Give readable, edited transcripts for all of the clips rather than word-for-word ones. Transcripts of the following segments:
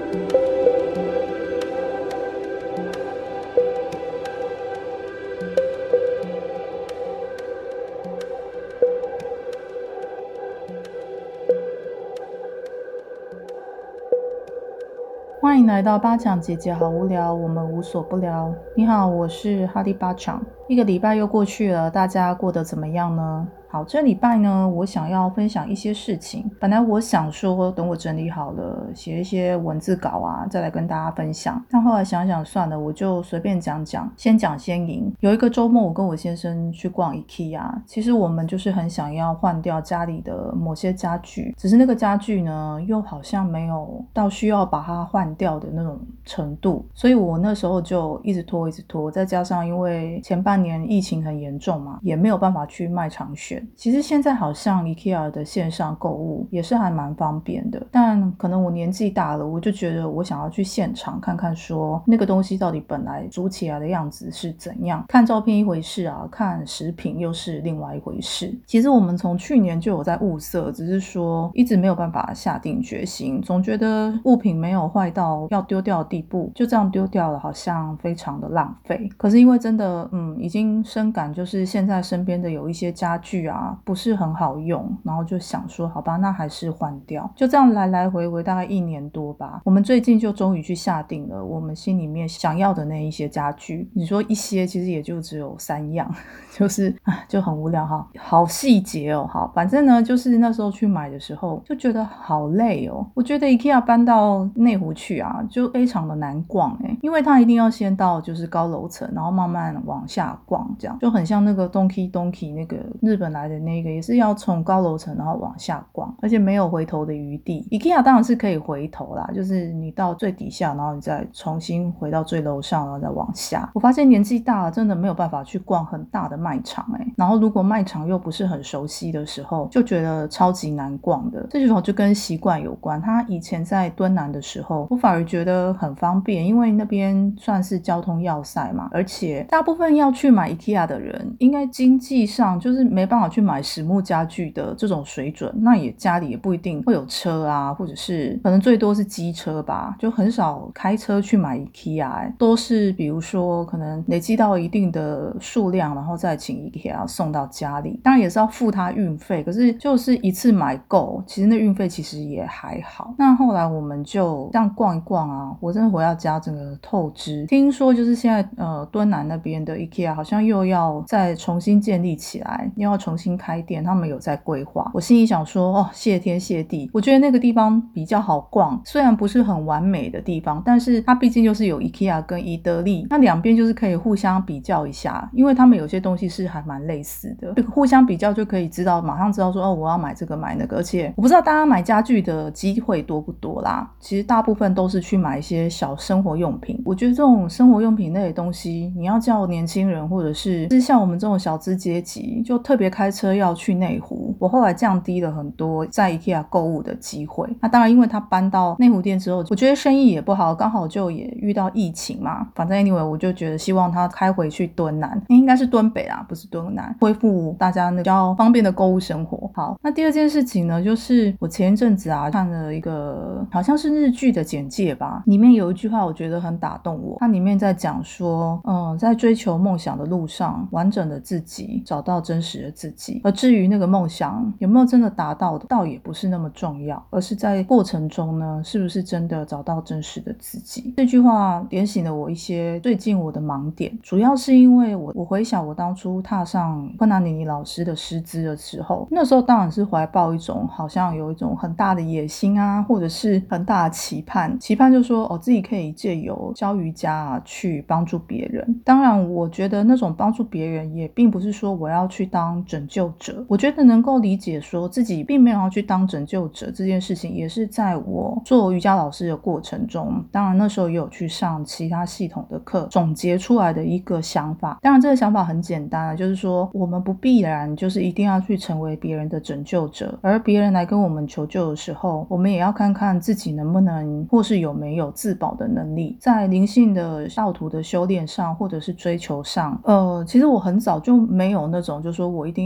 欢迎来到八强姐姐好无聊，我们无所不聊。你好，我是哈利八强。一个礼拜又过去了，大家过得怎么样呢？好，这礼拜呢，我想要分享一些事情。本来我想说，等我整理好了，写一些文字稿啊，再来跟大家分享。但后来想想算了，我就随便讲讲，先讲先赢。有一个周末，我跟我先生去逛 IKEA， 其实我们就是很想要换掉家里的某些家具，只是那个家具呢，又好像没有到需要把它换掉的那种程度，所以我那时候就一直拖，再加上因为前半年疫情很严重嘛，也没有办法去卖场选。其实现在好像 IKEA 的线上购物也是还蛮方便的，但可能我年纪大了，我就觉得我想要去现场看看说那个东西到底本来煮起来的样子是怎样，看照片一回事啊，看食品又是另外一回事。其实我们从去年就有在物色，只是说一直没有办法下定决心，总觉得物品没有坏到要丢掉的地步，就这样丢掉了好像非常的浪费。可是因为真的已经深感就是现在身边的有一些家具啊不是很好用，然后就想说好吧，那还是换掉。就这样来来回回大概1年多吧，我们最近就终于去下定了我们心里面想要的那一些家具。你说一些其实也就只有3样，就是就很无聊哈，好细节哦。好，反正呢就是那时候去买的时候就觉得好累哦。我觉得 IKEA 搬到内湖去啊就非常的难逛因为它一定要先到就是高楼层，然后慢慢往下逛，这样就很像那个 Donkey 那个日本来的那个也是要从高楼层然后往下逛，而且没有回头的余地。 IKEA 当然是可以回头啦，就是你到最底下然后你再重新回到最楼上然后再往下。我发现年纪大了真的没有办法去逛很大的卖场然后如果卖场又不是很熟悉的时候就觉得超级难逛的。这种就跟习惯有关，他以前在敦南的时候我反而觉得很方便，因为那边算是交通要塞嘛，而且大部分要去买 IKEA 的人应该经济上就是没办法去买实木家具的这种水准，那也家里也不一定会有车啊，或者是可能最多是机车吧，就很少开车去买 IKEA都是比如说可能累积到一定的数量然后再请 IKEA 送到家里，当然也是要付他运费，可是就是一次买够，其实那运费其实也还好。那后来我们就这样逛一逛啊，我真的回到家整个透支。听说就是现在敦南那边的 IKEA 好像又要再重新建立起来，又要重新开店，他们有在规划。我心里想说谢天谢地，我觉得那个地方比较好逛，虽然不是很完美的地方，但是它毕竟就是有 IKEA 跟宜得利，那两边就是可以互相比较一下，因为他们有些东西是还蛮类似的，互相比较就可以知道，马上知道说我要买这个买那个。而且我不知道大家买家具的机会多不多啦，其实大部分都是去买一些小生活用品。我觉得这种生活用品类的东西你要叫年轻人或者是像我们这种小资阶级就特别开车要去内湖，我后来降低了很多在 IKEA 购物的机会。那当然因为他搬到内湖店之后我觉得生意也不好，刚好就也遇到疫情嘛，反正 anyway 我就觉得希望他开回去敦南，应该是敦北啦不是敦南，恢复大家比较方便的购物生活。好，那第二件事情呢，就是我前一阵子啊看了一个好像是日剧的简介吧，里面有一句话我觉得很打动我，它里面在讲说在追求梦想的路上，完整的自己找到真实的自己，而至于那个梦想有没有真的达到倒也不是那么重要，而是在过程中呢是不是真的找到真实的自己。这句话点醒了我一些最近我的盲点，主要是因为我回想我当初踏上昆达尼尼老师的师资的时候，那时候当然是怀抱一种好像有一种很大的野心啊，或者是很大的期盼就说自己可以借由教瑜伽啊去帮助别人。当然我觉得那种帮助别人也并不是说我要去当拯救者，我觉得能够理解说自己并没有要去当拯救者这件事情，也是在我做瑜伽老师的过程中，当然那时候也有去上其他系统的课总结出来的一个想法。当然这个想法很简单就是说我们不必然就是一定要去成为别人的拯救者，而别人来跟我们求救的时候，我们也要看看自己能不能或是有没有自保的能力。在灵性的道途的修炼上或者是追求上其实我很早就没有那种就说我一定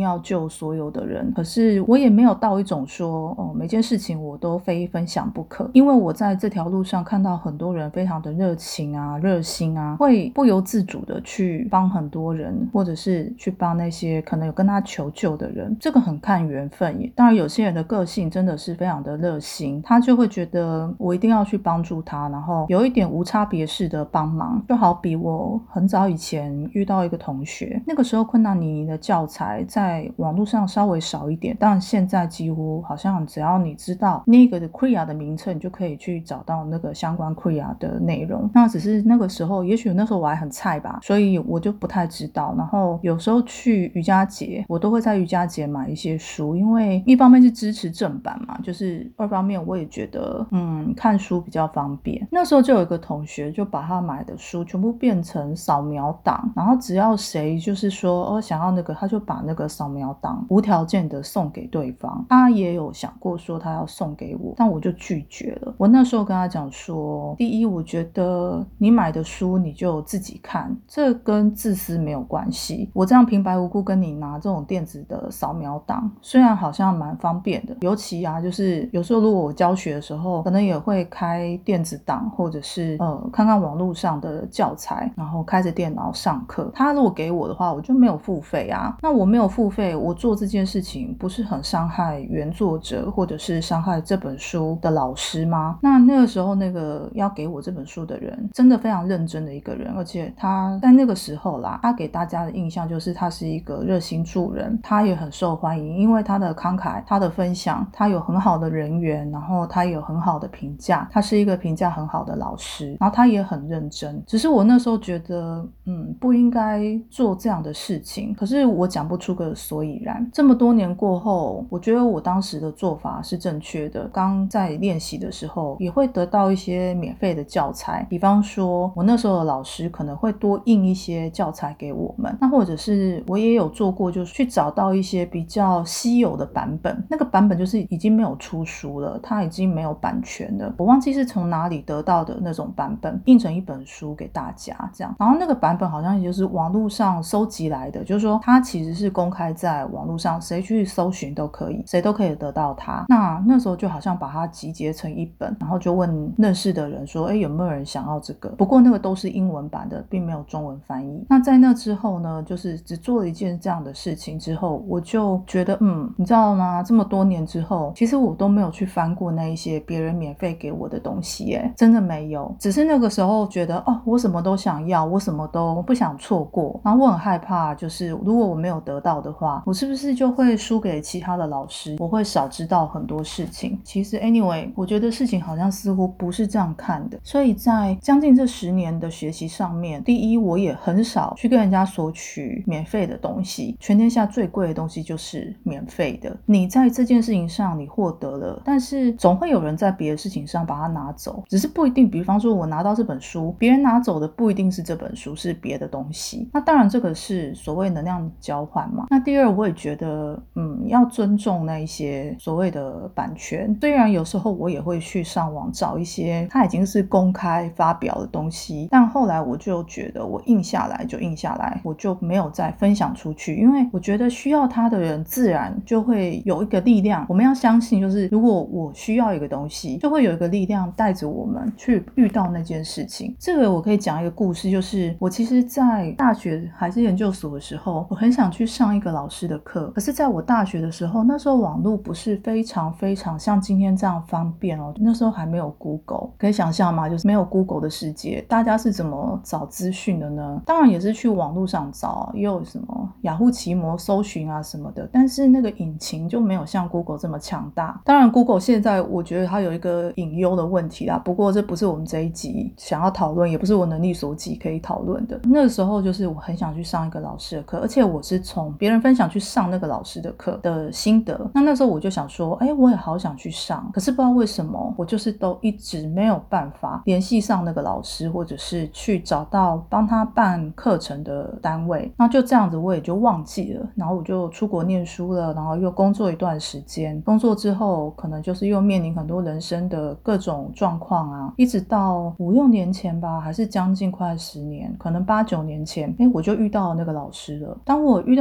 要救所有的人，可是我也没有到一种说每件事情我都非分享不可，因为我在这条路上看到很多人非常的热情啊热心啊，会不由自主的去帮很多人，或者是去帮那些可能有跟他求救的人，这个很看缘分耶。当然有些人的个性真的是非常的热心，他就会觉得我一定要去帮助他，然后有一点无差别式的帮忙。就好比我很早以前遇到一个同学，那个时候昆达尼尼的教材在网络上稍微少一点，但现在几乎好像只要你知道那个的 Kriya 的名称，你就可以去找到那个相关 Kriya 的内容。那只是那个时候也许那时候我还很菜吧，所以我就不太知道。然后有时候去瑜伽节，我都会在瑜伽节买一些书，因为一方面是支持正版嘛，就是二方面我也觉得看书比较方便。那时候就有一个同学就把他买的书全部变成扫描档，然后只要谁就是说想要那个，他就把那个扫描档无条件的送给对方。他也有想过说他要送给我，但我就拒绝了。我那时候跟他讲说，第一，我觉得你买的书你就自己看，这跟自私没有关系。我这样平白无故跟你拿这种电子的扫描档，虽然好像蛮方便的，尤其就是有时候如果我教学的时候可能也会开电子档，或者是看看网络上的教材，然后开着电脑上课。他如果给我的话，我就没有付费啊。那我没有付费，我做这件事情不是很伤害原作者或者是伤害这本书的老师吗？那个时候那个要给我这本书的人真的非常认真的一个人，而且他在那个时候啦，他给大家的印象就是他是一个热心助人，他也很受欢迎，因为他的慷慨，他的分享，他有很好的人缘，然后他有很好的评价，他是一个评价很好的老师，然后他也很认真。只是我那时候觉得不应该做这样的事情，可是我讲不出个所以然。这么多年过后，我觉得我当时的做法是正确的。刚在练习的时候也会得到一些免费的教材，比方说我那时候的老师可能会多印一些教材给我们，那或者是我也有做过，就是去找到一些比较稀有的版本，那个版本就是已经没有出书了，它已经没有版权了，我忘记是从哪里得到的那种版本，印成一本书给大家这样。然后那个版本好像也就是网络上收集来的，就是说它其实是公开在网络上，谁去搜寻都可以，谁都可以得到它。那时候就好像把它集结成一本，然后就问认识的人说有没有人想要这个，不过那个都是英文版的，并没有中文翻译。那在那之后呢，就是只做了一件这样的事情之后，我就觉得你知道吗，这么多年之后，其实我都没有去翻过那一些别人免费给我的东西耶，真的没有。只是那个时候觉得我什么都想要，我什么都不想错过，然后我很害怕，就是如果我没有得到的话，我是不是就会输给其他的老师，我会少知道很多事情。其实 anyway 我觉得事情好像似乎不是这样看的。所以在将近这10年的学习上面，第一，我也很少去跟人家索取免费的东西，全天下最贵的东西就是免费的。你在这件事情上你获得了，但是总会有人在别的事情上把它拿走，只是不一定，比方说我拿到这本书，别人拿走的不一定是这本书，是别的东西。那当然这个是所谓能量交换嘛。那第二，我也觉得要尊重那一些所谓的版权，虽然有时候我也会去上网找一些它已经是公开发表的东西，但后来我就觉得我印下来就印下来，我就没有再分享出去，因为我觉得需要它的人自然就会有一个力量，我们要相信，就是如果我需要一个东西，就会有一个力量带着我们去遇到那件事情。这个我可以讲一个故事，就是我其实在大学还是研究所的时候，我很想去上一个老师的课，可是在我大学的时候，那时候网络不是非常非常像今天这样方便那时候还没有 Google， 可以想象吗？就是没有 Google 的世界，大家是怎么找资讯的呢？当然也是去网络上找，也有什么雅虎奇摩搜寻啊什么的，但是那个引擎就没有像 Google 这么强大。当然 Google 现在我觉得它有一个隐忧的问题啦，不过这不是我们这一集想要讨论，也不是我能力所及可以讨论的。那个时候就是我很想去上一个老师的课，而且我是从别人分享去上那个老师的课的心得。那时候我就想说我也好想去上，可是不知道为什么我就是都一直没有办法联系上那个老师，或者是去找到帮他办课程的单位。那就这样子我也就忘记了，然后我就出国念书了，然后又工作一段时间，工作之后可能就是又面临很多人生的各种状况啊，一直到5-6年前吧，还是将近快10年，可能8-9年前我就遇到了那个老师了。当我遇到那个老师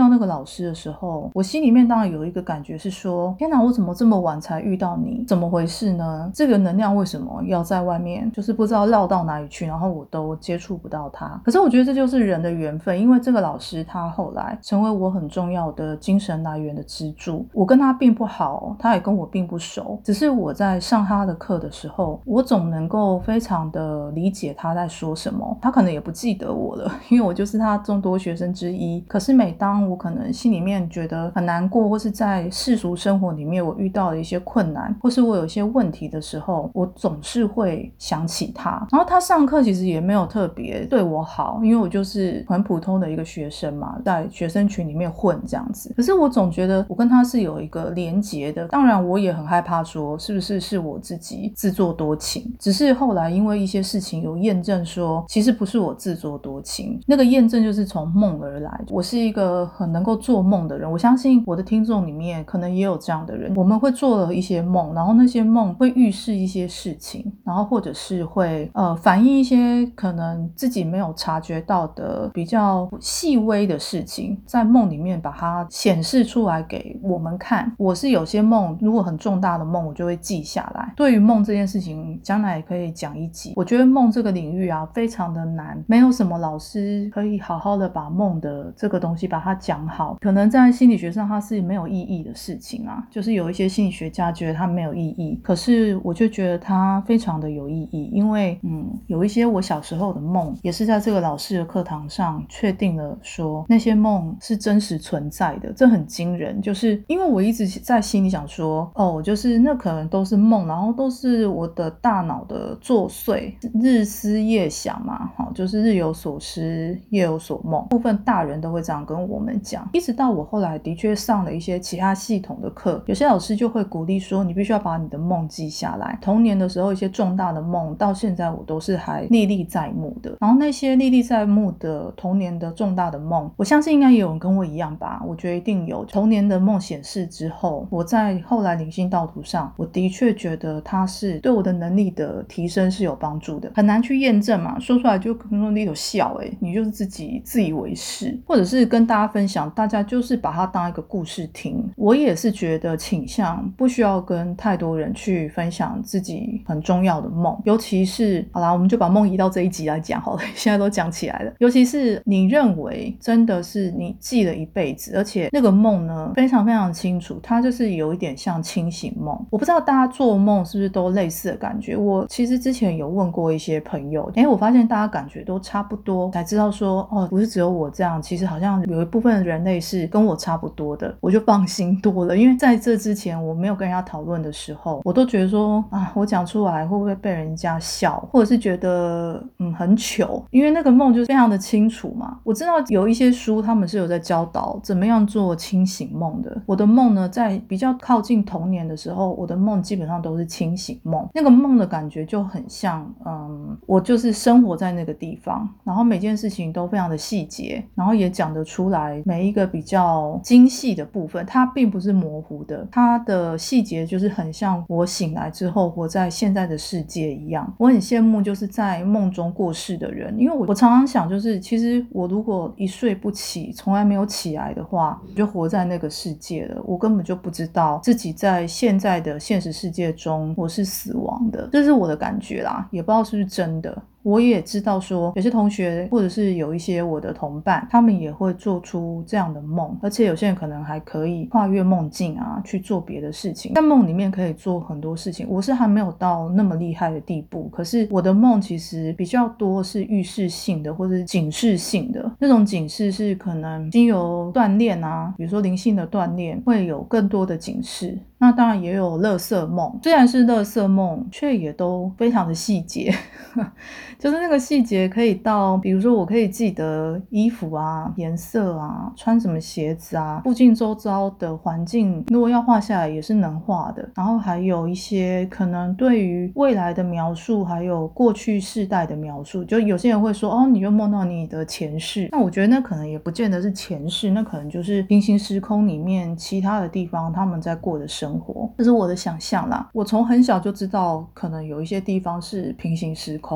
师的时候，我心里面当然有一个感觉是说，天哪，我怎么这么晚才遇到你？怎么回事呢？这个能量为什么要在外面，就是不知道绕到哪里去，然后我都接触不到他。可是我觉得这就是人的缘分，因为这个老师他后来成为我很重要的精神来源的支柱。我跟他并不好，他也跟我并不熟，只是我在上他的课的时候，我总能够非常的理解他在说什么。他可能也不记得我了，因为我就是他众多学生之一。可是每当我可能心里面觉得很难过，或是在世俗生活里面我遇到了一些困难，或是我有一些问题的时候，我总是会想起他。然后他上课其实也没有特别对我好，因为我就是很普通的一个学生嘛，在学生群里面混这样子。可是我总觉得我跟他是有一个连结的。当然我也很害怕说是不是我自己自作多情，只是后来因为一些事情有验证说其实不是我自作多情，那个验证就是从梦而来。我是一个很能够做梦的人，我相信我的听众里面可能也有这样的人，我们会做了一些梦，然后那些梦会预示一些事情，然后或者是会反映一些可能自己没有察觉到的比较细微的事情，在梦里面把它显示出来给我们看。我是有些梦如果很重大的梦我就会记下来。对于梦这件事情将来也可以讲一集。我觉得梦这个领域啊非常的难，没有什么老师可以好好的把梦的这个东西把它讲好。可能在心理学上它是没有意义的事情啊，就是有一些心理学家觉得它没有意义，可是我就觉得它非常的有意义。因为有一些我小时候的梦也是在这个老师的课堂上确定了说那些梦是真实存在的，这很惊人。就是因为我一直在心里想说就是那可能都是梦，然后都是我的大脑的作祟，日思夜想嘛，就是日有所思夜有所梦，部分大人都会这样跟我们讲。一直到我后来的确上了一些其他系统的课，有些老师就会鼓励说你必须要把你的梦记下来。童年的时候一些重大的梦到现在我都是还历历在目的，然后那些历历在目的童年的重大的梦，我相信应该也有人跟我一样吧，我觉得一定有。童年的梦显示之后，我在后来灵性道途上，我的确觉得它是对我的能力的提升是有帮助的。很难去验证嘛，说出来就可能你有笑你就是自己自以为是，或者是跟大家分享，大家就是把它当一个故事听。我也是觉得倾向不需要跟太多人去分享自己很重要的梦，尤其是好啦，我们就把梦移到这一集来讲好了，现在都讲起来了。尤其是你认为真的是你记了一辈子，而且那个梦呢非常非常清楚，它就是有一点像清醒梦。我不知道大家做梦是不是都类似的感觉，我其实之前有问过一些朋友，我发现大家感觉都差不多，才知道说不是只有我这样，其实好像有一部分人类是跟我差不多的，我就放心多了。因为在这之前我没有跟人家讨论的时候，我都觉得说我讲出来会不会被人家笑，或者是觉得很糗，因为那个梦就非常的清楚嘛。我知道有一些书他们是有在教导怎么样做清醒梦的。我的梦呢在比较靠近童年的时候，我的梦基本上都是清醒梦，那个梦的感觉就很像我就是生活在那个地方，然后每件事情都非常的细节，然后也讲得出来每一个比较精细的部分，它并不是模糊的，它的细节就是很像我醒来之后活在现在的世界一样。我很羡慕就是在梦中过世的人，因为我常常想就是其实我如果一睡不起从来没有起来的话，我就活在那个世界了，我根本就不知道自己在现在的现实世界中我是死亡的，这是我的感觉啦，也不知道是不是真的。我也知道说有些同学或者是有一些我的同伴，他们也会做出这样的梦，而且有些人可能还可以跨越梦境去做别的事情，在梦里面可以做很多事情。我是还没有到那么厉害的地步，可是我的梦其实比较多是预示性的或者是警示性的，那种警示是可能经由锻炼比如说灵性的锻炼会有更多的警示。那当然也有垃圾梦，虽然是垃圾梦却也都非常的细节就是那个细节可以到比如说我可以记得衣服颜色穿什么鞋子附近周遭的环境如果要画下来也是能画的，然后还有一些可能对于未来的描述，还有过去世代的描述。就有些人会说你就梦到你的前世，那我觉得那可能也不见得是前世，那可能就是平行时空里面其他的地方他们在过的生活，这是我的想象啦。我从很小就知道可能有一些地方是平行时空，它跟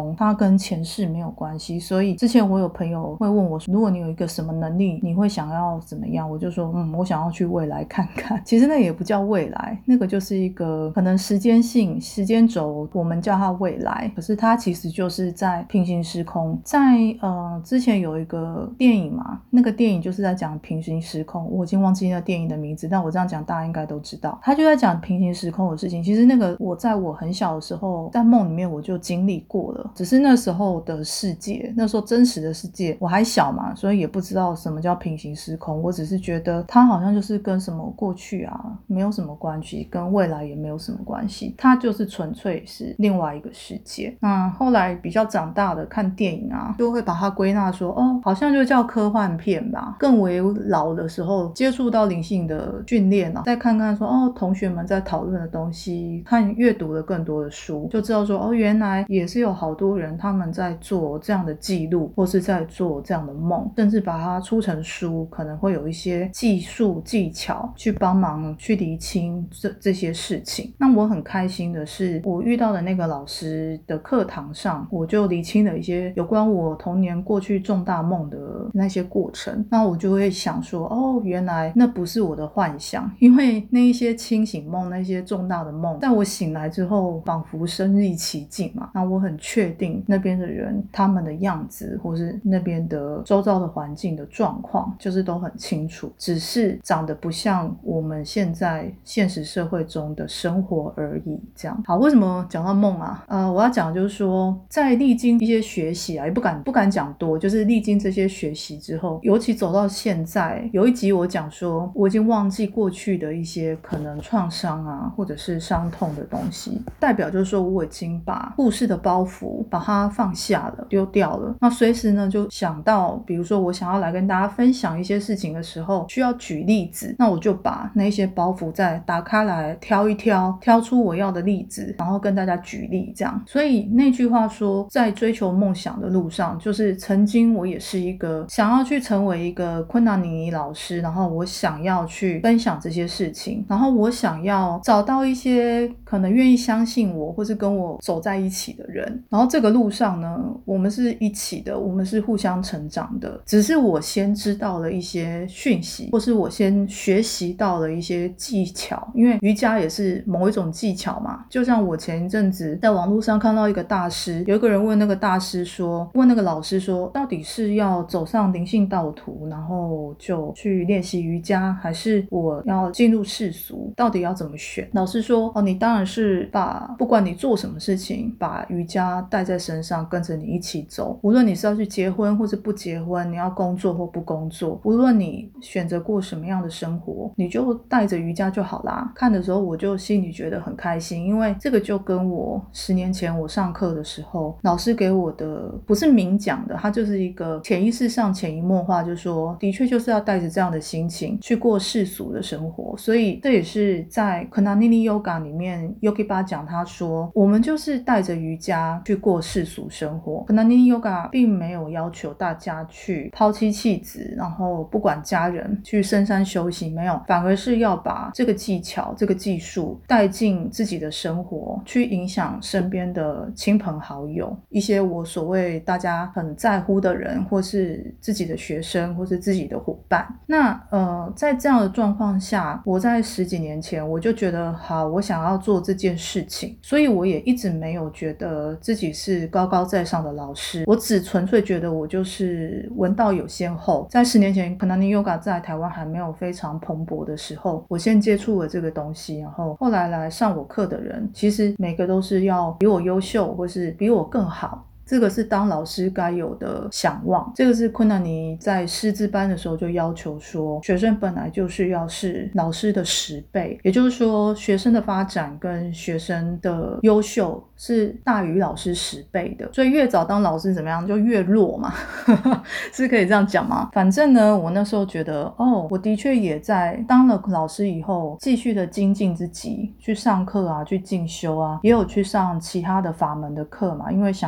跟前世没有关系。所以之前我有朋友会问我说，如果你有一个什么能力，你会想要怎么样？我就说我想要去未来看看。其实那也不叫未来，那个就是一个可能时间性时间轴，我们叫它未来，可是它其实就是在平行时空。在之前有一个电影嘛，那个电影就是在讲平行时空，我已经忘记那个电影的名字，但我这样讲大家应该都知道，他就在讲平行时空的事情。其实那个我在我很小的时候在梦里面我就经历过了，只是那时候的世界，那时候真实的世界我还小嘛，所以也不知道什么叫平行时空，我只是觉得它好像就是跟什么过去啊没有什么关系，跟未来也没有什么关系，它就是纯粹是另外一个世界。那后来比较长大的看电影啊，就会把它归纳说好像就叫科幻片吧。更为老的时候接触到灵性的训练啊，再看看说同学们在讨论的东西，看阅读了更多的书，就知道说原来也是有好多人他们在做这样的记录，或是在做这样的梦，甚至把它出成书，可能会有一些技术技巧去帮忙去厘清这些事情。那我很开心的是，我遇到的那个老师的课堂上，我就厘清了一些有关我童年过去重大梦的那些过程。那我就会想说原来那不是我的幻想，因为那一些清醒梦，那些重大的梦，在我醒来之后仿佛身临其境嘛。那我很确定那边的人他们的样子，或是那边的周遭的环境的状况就是都很清楚，只是长得不像我们现在现实社会中的生活而已。这样好，为什么讲到梦啊？我要讲的就是说，在历经一些学习啊，也不敢讲多，就是历经这些学习之后，尤其走到现在，有一集我讲说我已经忘记过去的一些可能创伤啊，或者是伤痛的东西，代表就是说我已经把故事的包袱把它放下了，丢掉了。那随时呢就想到，比如说我想要来跟大家分享一些事情的时候，需要举例子，那我就把那些包袱再打开来挑一挑，挑出我要的例子，然后跟大家举例这样。所以那句话说，在追求梦想的路上，就是曾经我也是一个想要去成为一个昆达尼尼老师，然后我想要去分享这些事情，然后我想要找到一些可能愿意相信我或是跟我走在一起的人，然后这个路上呢，我们是一起的，我们是互相成长的，只是我先知道了一些讯息，或是我先学习到了一些技巧，因为瑜伽也是某一种技巧嘛。就像我前一阵子在网络上看到一个大师，有一个人问那个大师说，问那个老师说，到底是要走上灵性道途，然后就去练习瑜伽，还是我要进入世俗，到底要怎么选？老师说你当然是不管你做什么事情，把瑜伽带在身上，跟着你一起走，无论你是要去结婚或是不结婚，你要工作或不工作，无论你选择过什么样的生活，你就带着瑜伽就好啦。看的时候我就心里觉得很开心，因为这个就跟我10年前我上课的时候老师给我的不是明讲的，它就是一个潜意识上潜移默化，就是说的确就是要带着这样的心情去过世俗的生活。所以这也是在 Kundalini Yoga 里面 Yogi 讲，他说我们就是带着瑜伽去过世俗生活。Kundalini Yoga 并没有要求大家去抛妻弃子，然后不管家人，去深山修行，没有，反而是要把这个技巧这个技术带进自己的生活，去影响身边的亲朋好友，一些我所谓大家很在乎的人，或是自己的学生，或是自己的伙伴。那在这样的状况下，我在10几年前我就觉得好，我想要做这件事情，所以我也一直没有觉得自己是高高在上的老师，我只纯粹觉得我就是闻道有先后。在10年前可能你 Yoga 在台湾还没有非常蓬勃的时候，我先接触了这个东西，然后后来来上我课的人其实每个都是要比我优秀，或是比我更好，这个是当老师该有的想望。这个是昆达尼在师资班的时候就要求说，学生本来就是要是老师的10倍，也就是说学生的发展跟学生的优秀是大于老师10倍的，所以越早当老师怎么样就越弱嘛是可以这样讲吗？反正呢，我那时候觉得我的确也在当了老师以后继续的精进自己，去上课啊，去进修啊，也有去上其他的法门的课嘛，因为想要知道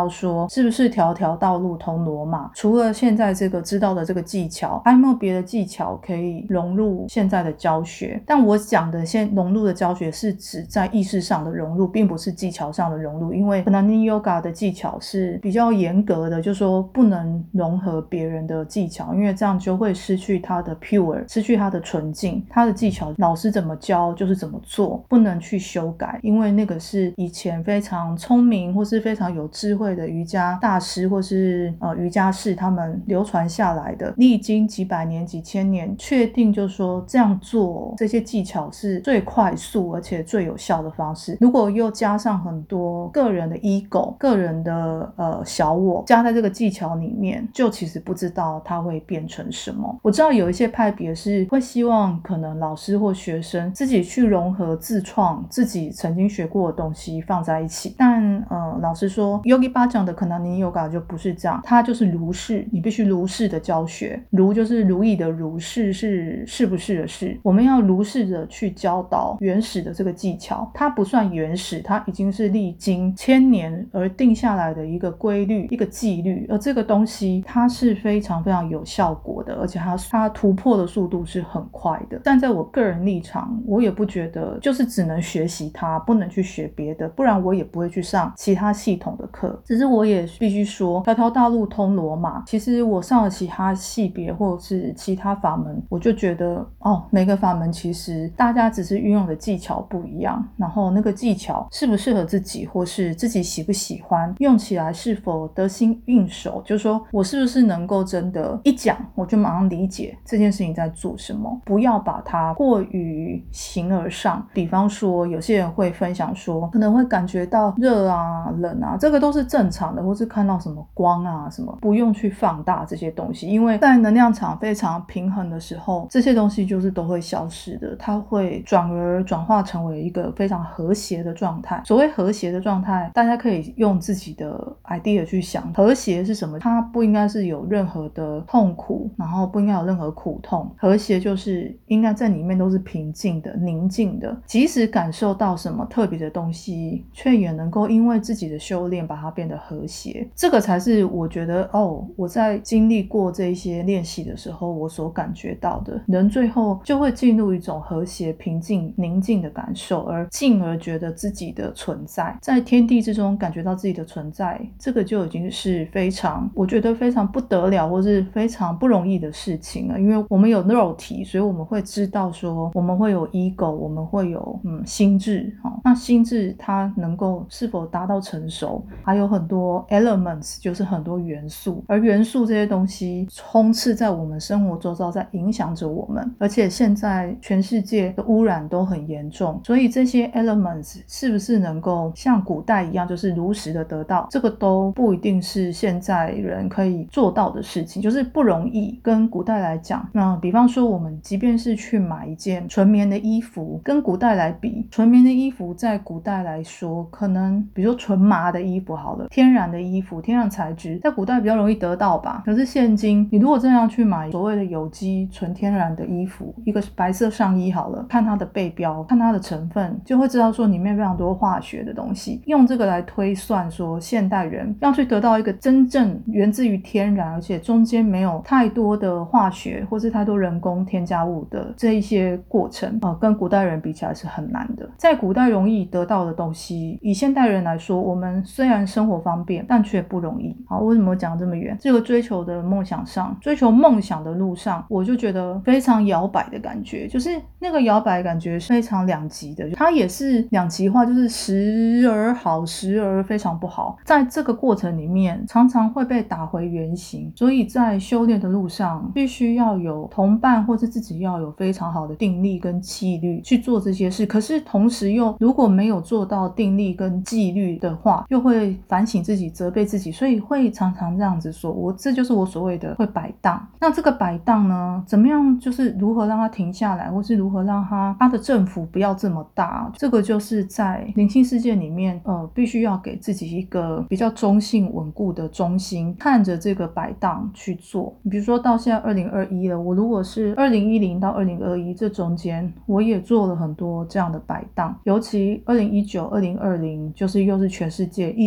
道说是不是条条道路通罗马，除了现在这个知道的这个技巧，还有没有别的技巧可以融入现在的教学？但我讲的融入的教学是指在意识上的融入，并不是技巧上的融入，因为 Kundalini Yoga 的技巧是比较严格的，就是说不能融合别人的技巧，因为这样就会失去它的 pure， 失去它的纯净。它的技巧老师怎么教就是怎么做，不能去修改，因为那个是以前非常聪明或是非常有智慧的瑜伽大师或是瑜伽士他们流传下来的，历经几百年几千年，确定就是说这样做这些技巧是最快速而且最有效的方式。如果又加上很多个人的 ego 个人的小我加在这个技巧里面，就其实不知道它会变成什么。我知道有一些派别是会希望可能老师或学生自己去融合自创自己曾经学过的东西放在一起，但老实说 Yogi Bhajan 的 Kundalini Yoga 就不是这样，它就是如是，你必须如是的教学，如就是如意的如，是是不是的是，我们要如是的去教导原始的这个技巧，它不算原始，它已经是历经千年而定下来的一个规律一个纪律，而这个东西它是非常非常有效果的，而且它突破的速度是很快的。站在我个人立场，我也不觉得就是只能学习它，不能去学别的，不然我也不会去上其他系统的课。只是我也必须说条条大路通罗马，其实我上了其他系别或者是其他法门，我就觉得每个法门其实大家只是运用的技巧不一样，然后那个技巧适不适合自己，或是自己喜不喜欢，用起来是否得心应手，就是说我是不是能够真的一讲我就马上理解这件事情在做什么，不要把它过于形而上。比方说有些人会分享说可能会感觉到热啊冷啊，这个都是正常的，或是看到什么光啊什么，不用去放大这些东西，因为在能量场非常平衡的时候，这些东西就是都会消失的，它会转化成为一个非常和谐的状态。所谓和谐的状态，大家可以用自己的 idea 去想，和谐是什么？它不应该是有任何的痛苦，然后不应该有任何苦痛，和谐就是应该在里面都是平静的宁静的，即使感受到什么特别的东西，却也能够因为自己的修炼把它变得和谐。这个才是我觉得我在经历过这一些练习的时候我所感觉到的，人最后就会进入一种和谐平静宁静的感受，而进而觉得自己的存在在天地之中，感觉到自己的存在，这个就已经是非常我觉得非常不得了或是非常不容易的事情了。因为我们有肉体，所以我们会知道说我们会有 ego， 我们会有心智那心智它能够是否达到成熟，还有很多 elements， 就是很多元素，而元素这些东西充斥在我们生活周遭，在影响着我们，而且现在全世界的污染都很严重，所以这些 elements 是不是能够像古代一样就是如实的得到，这个都不一定是现在人可以做到的事情，就是不容易。跟古代来讲，那比方说我们即便是去买一件纯棉的衣服，跟古代来比，纯棉的衣服在古代来说，可能比如说纯麻的衣服好了，天然的衣服天然材质在古代比较容易得到吧。可是现今你如果这样去买所谓的有机纯天然的衣服，一个白色上衣好了，看它的背标看它的成分，就会知道说里面非常多化学的东西，用这个来推算说现代人要去得到一个真正源自于天然，而且中间没有太多的化学或是太多人工添加物的这一些过程跟古代人比起来是很难的。在古代容易得到的东西，以现代人来说，我们虽然生活方便，但却不容易。好，为什么讲这么远？这个追求的梦想上，追求梦想的路上，我就觉得非常摇摆的感觉，就是那个摇摆感觉是非常两极的，它也是两极化，就是时而好时而非常不好，在这个过程里面常常会被打回原形。所以在修炼的路上必须要有同伴，或是自己要有非常好的定力跟纪律去做这些事，可是同时又如果没有做到定力跟纪律的话，又会反省自己责备自己，所以会常常这样子说这就是我所谓的会摆荡。那这个摆荡呢，怎么样就是如何让它停下来，或是如何让它的振幅不要这么大，这个就是在灵性世界里面必须要给自己一个比较中性稳固的中心，看着这个摆荡去做。比如说到现在2021了，我如果是2010到2021这中间我也做了很多这样的摆荡，尤其2019 2020就是又是全世界疫情在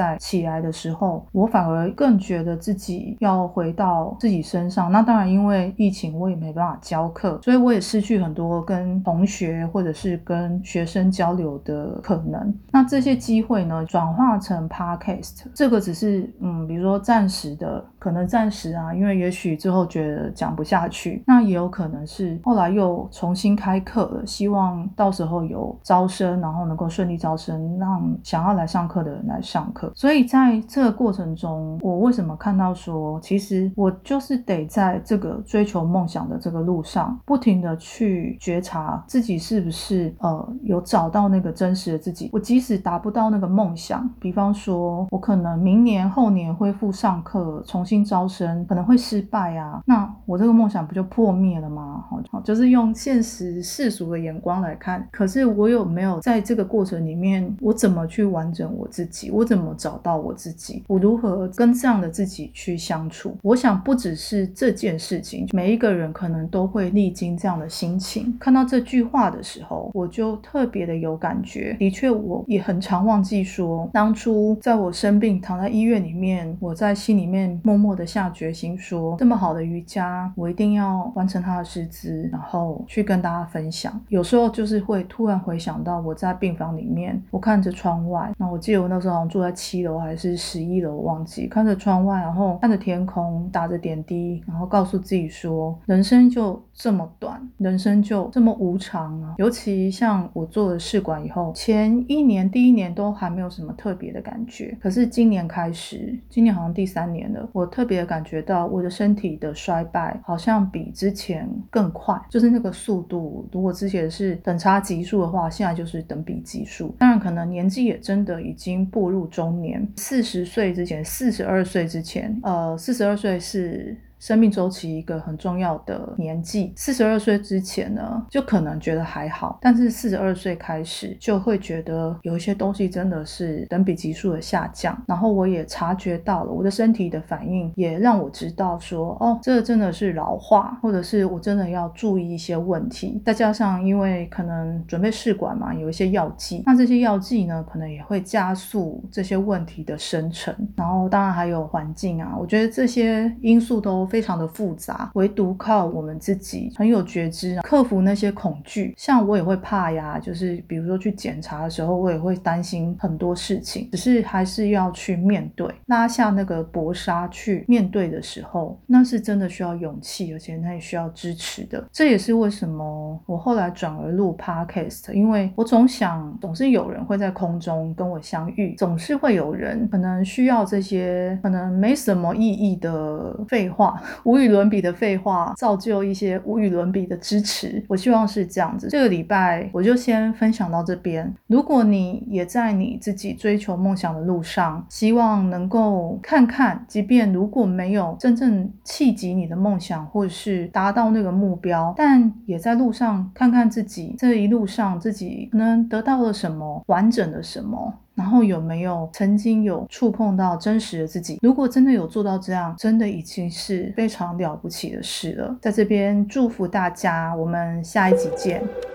在起来的时候，我反而更觉得自己要回到自己身上。那当然因为疫情我也没办法教课，所以我也失去很多跟同学或者是跟学生交流的可能。那这些机会呢转化成 podcast， 这个只是比如说暂时的，可能暂时啊，因为也许之后觉得讲不下去，那也有可能是后来又重新开课了，希望到时候有招生，然后能够顺利招生，让想要来上课的人来上课。所以在这个过程中，我为什么看到说其实我就是得在这个追求梦想的这个路上不停的去觉察自己是不是有找到那个真实的自己。我即使达不到那个梦想，比方说我可能明年后年恢复上课重新招生可能会失败啊，那我这个梦想不就破灭了吗？就是用现实世俗的眼光来看，可是我有没有在这个过程里面，我怎么去完整我自己，我怎么找到我自己，我如何跟这样的自己去相处。我想不只是这件事情，每一个人可能都会历经这样的心情。看到这句话的时候，我就特别的有感觉。的确我也很常忘记说，当初在我生病躺在医院里面，我在心里面默默的下决心说，这么好的瑜伽我一定要完成它的师资，然后去跟大家分享。有时候就是会突然回想到我在病房里面，我看着窗外，那我记得我那时候好像住在7楼还是11楼，我忘记，看着窗外，然后看着天空，打着点滴，然后告诉自己说，人生就这么短，人生就这么无常啊。尤其像我做了试管以后，前一年第一年都还没有什么特别的感觉，可是今年开始，今年好像第3年了，我特别感觉到我的身体的衰败好像比之前更快，就是那个速度，如果之前是等差级数的话，现在就是等比级数。当然可能年纪也真的已经步入中年，40岁之前42岁之前42岁是生命周期一个很重要的年纪，42岁之前呢就可能觉得还好，但是42岁开始就会觉得有一些东西真的是等比级数的下降。然后我也察觉到了我的身体的反应，也让我知道说这真的是老化，或者是我真的要注意一些问题。再加上因为可能准备试管嘛，有一些药剂，那这些药剂呢可能也会加速这些问题的生成。然后当然还有环境啊，我觉得这些因素都非常的复杂，唯独靠我们自己很有觉知，克服那些恐惧。像我也会怕呀，就是比如说去检查的时候，我也会担心很多事情，只是还是要去面对，拉下那个薄纱去面对的时候，那是真的需要勇气，而且那也需要支持的。这也是为什么我后来转而录 podcast， 因为我总想总是有人会在空中跟我相遇，总是会有人可能需要这些可能没什么意义的废话，无与伦比的废话，造就一些无与伦比的支持。我希望是这样子。这个礼拜我就先分享到这边。如果你也在你自己追求梦想的路上，希望能够看看，即便如果没有真正企及你的梦想或是达到那个目标，但也在路上看看自己这一路上自己可能得到了什么，完整的什么，然后有没有曾经有触碰到真实的自己。如果真的有做到这样，真的已经是非常了不起的事了。在这边祝福大家，我们下一集见。